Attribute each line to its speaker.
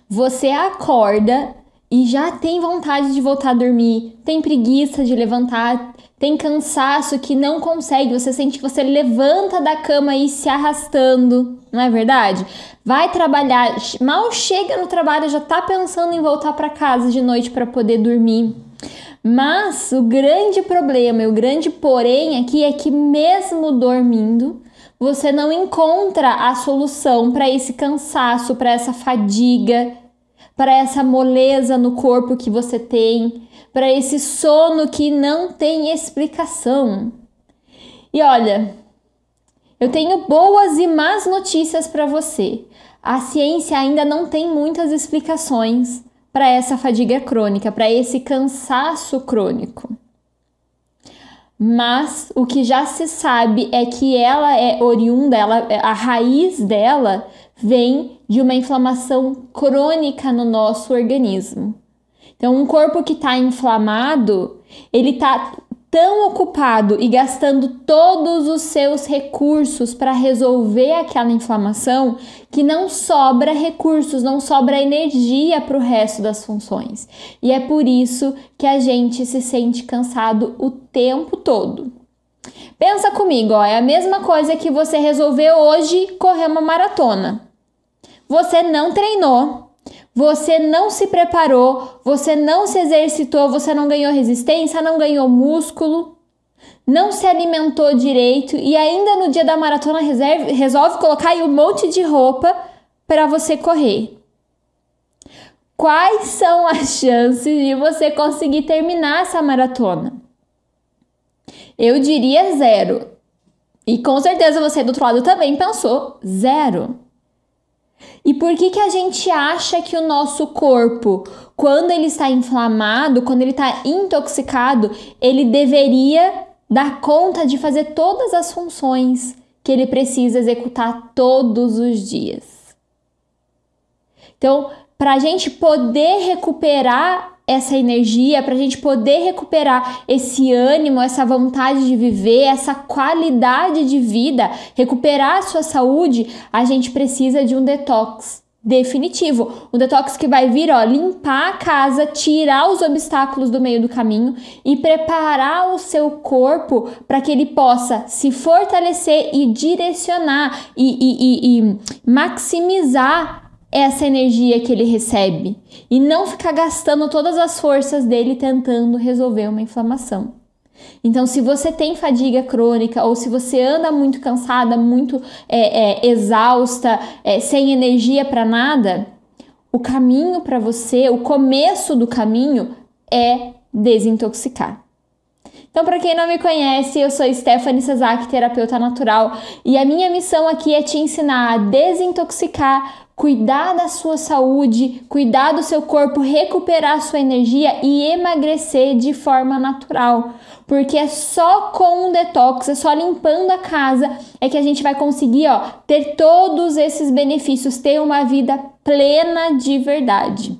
Speaker 1: Você acorda e já tem vontade de voltar a dormir, tem preguiça de levantar, tem cansaço que não consegue, você sente que você levanta da cama e se arrastando, não é verdade? Vai trabalhar, mal chega no trabalho, já tá pensando em voltar para casa de noite para poder dormir. Mas o grande problema e o grande porém aqui é que mesmo dormindo, você não encontra a solução para esse cansaço, para essa fadiga, para essa moleza no corpo que você tem, para esse sono que não tem explicação. E olha, eu tenho boas e más notícias para você. A ciência ainda não tem muitas explicações para essa fadiga crônica, para esse cansaço crônico. Mas o que já se sabe é que ela é oriunda, a raiz dela vem de uma inflamação crônica no nosso organismo. Então, um corpo que está inflamado, ele está tão ocupado e gastando todos os seus recursos para resolver aquela inflamação que não sobra recursos, não sobra energia para o resto das funções. E é por isso que a gente se sente cansado o tempo todo. Pensa comigo, ó, é a mesma coisa que você resolveu hoje correr uma maratona. Você não treinou, você não se preparou, você não se exercitou, você não ganhou resistência, não ganhou músculo, não se alimentou direito e ainda no dia da maratona resolve colocar aí um monte de roupa para você correr. Quais são as chances de você conseguir terminar essa maratona? Eu diria 0. E com certeza você do outro lado também pensou 0. E por que a gente acha que o nosso corpo, quando ele está inflamado, quando ele está intoxicado, ele deveria dar conta de fazer todas as funções que ele precisa executar todos os dias? Então, para a gente poder recuperar essa energia, para a gente poder recuperar esse ânimo, essa vontade de viver, essa qualidade de vida, recuperar a sua saúde, a gente precisa de um detox definitivo. Um detox que vai vir, ó, limpar a casa, tirar os obstáculos do meio do caminho e preparar o seu corpo para que ele possa se fortalecer e direcionar e maximizar essa energia que ele recebe e não ficar gastando todas as forças dele tentando resolver uma inflamação. Então, se você tem fadiga crônica ou se você anda muito cansada, muito exausta, sem energia para nada, o caminho para você, o começo do caminho é desintoxicar. Então, para quem não me conhece, eu sou Stephanie Sazak, terapeuta natural, e a minha missão aqui é te ensinar a desintoxicar, cuidar da sua saúde, cuidar do seu corpo, recuperar sua energia e emagrecer de forma natural. Porque é só com um detox, é só limpando a casa, é que a gente vai conseguir, ó, ter todos esses benefícios, ter uma vida plena de verdade.